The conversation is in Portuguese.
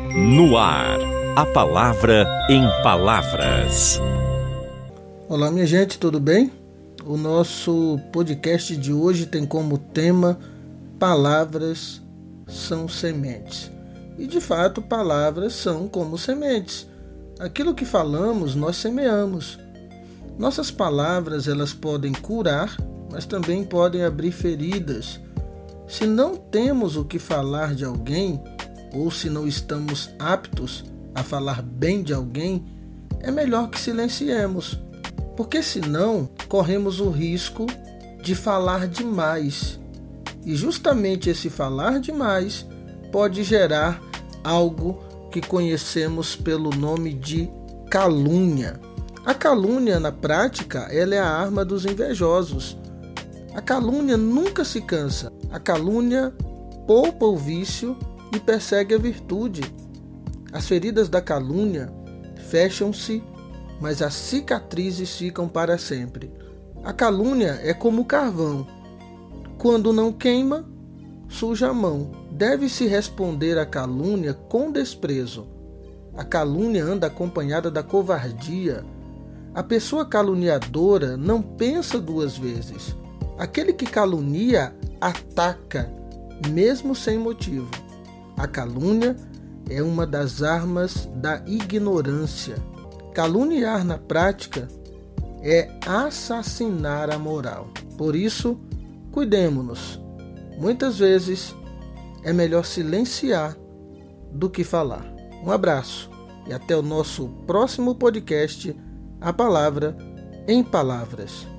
No ar, a palavra em palavras. Olá, minha gente, tudo bem? O nosso podcast de hoje tem como tema Palavras são sementes. E de fato, palavras são como sementes. Aquilo que falamos, nós semeamos. Nossas palavras, elas podem curar, mas também podem abrir feridas. Se não temos o que falar de alguém, ou se não estamos aptos a falar bem de alguém, é melhor que silenciemos, porque senão corremos o risco de falar demais. E justamente esse falar demais pode gerar algo que conhecemos pelo nome de calúnia. A calúnia, na prática, ela é a arma dos invejosos. A calúnia nunca se cansa. A calúnia poupa o vício e persegue a virtude. As feridas da calúnia fecham-se, mas as cicatrizes ficam para sempre. A calúnia é como o carvão. Quando não queima, suja a mão. Deve-se responder à calúnia com desprezo. A calúnia anda acompanhada da covardia. A pessoa caluniadora não pensa duas vezes. Aquele que calunia ataca, mesmo sem motivo. A calúnia é uma das armas da ignorância. Caluniar na prática é assassinar a moral. Por isso, cuidemo-nos. Muitas vezes é melhor silenciar do que falar. Um abraço e até o nosso próximo podcast, A Palavra em Palavras.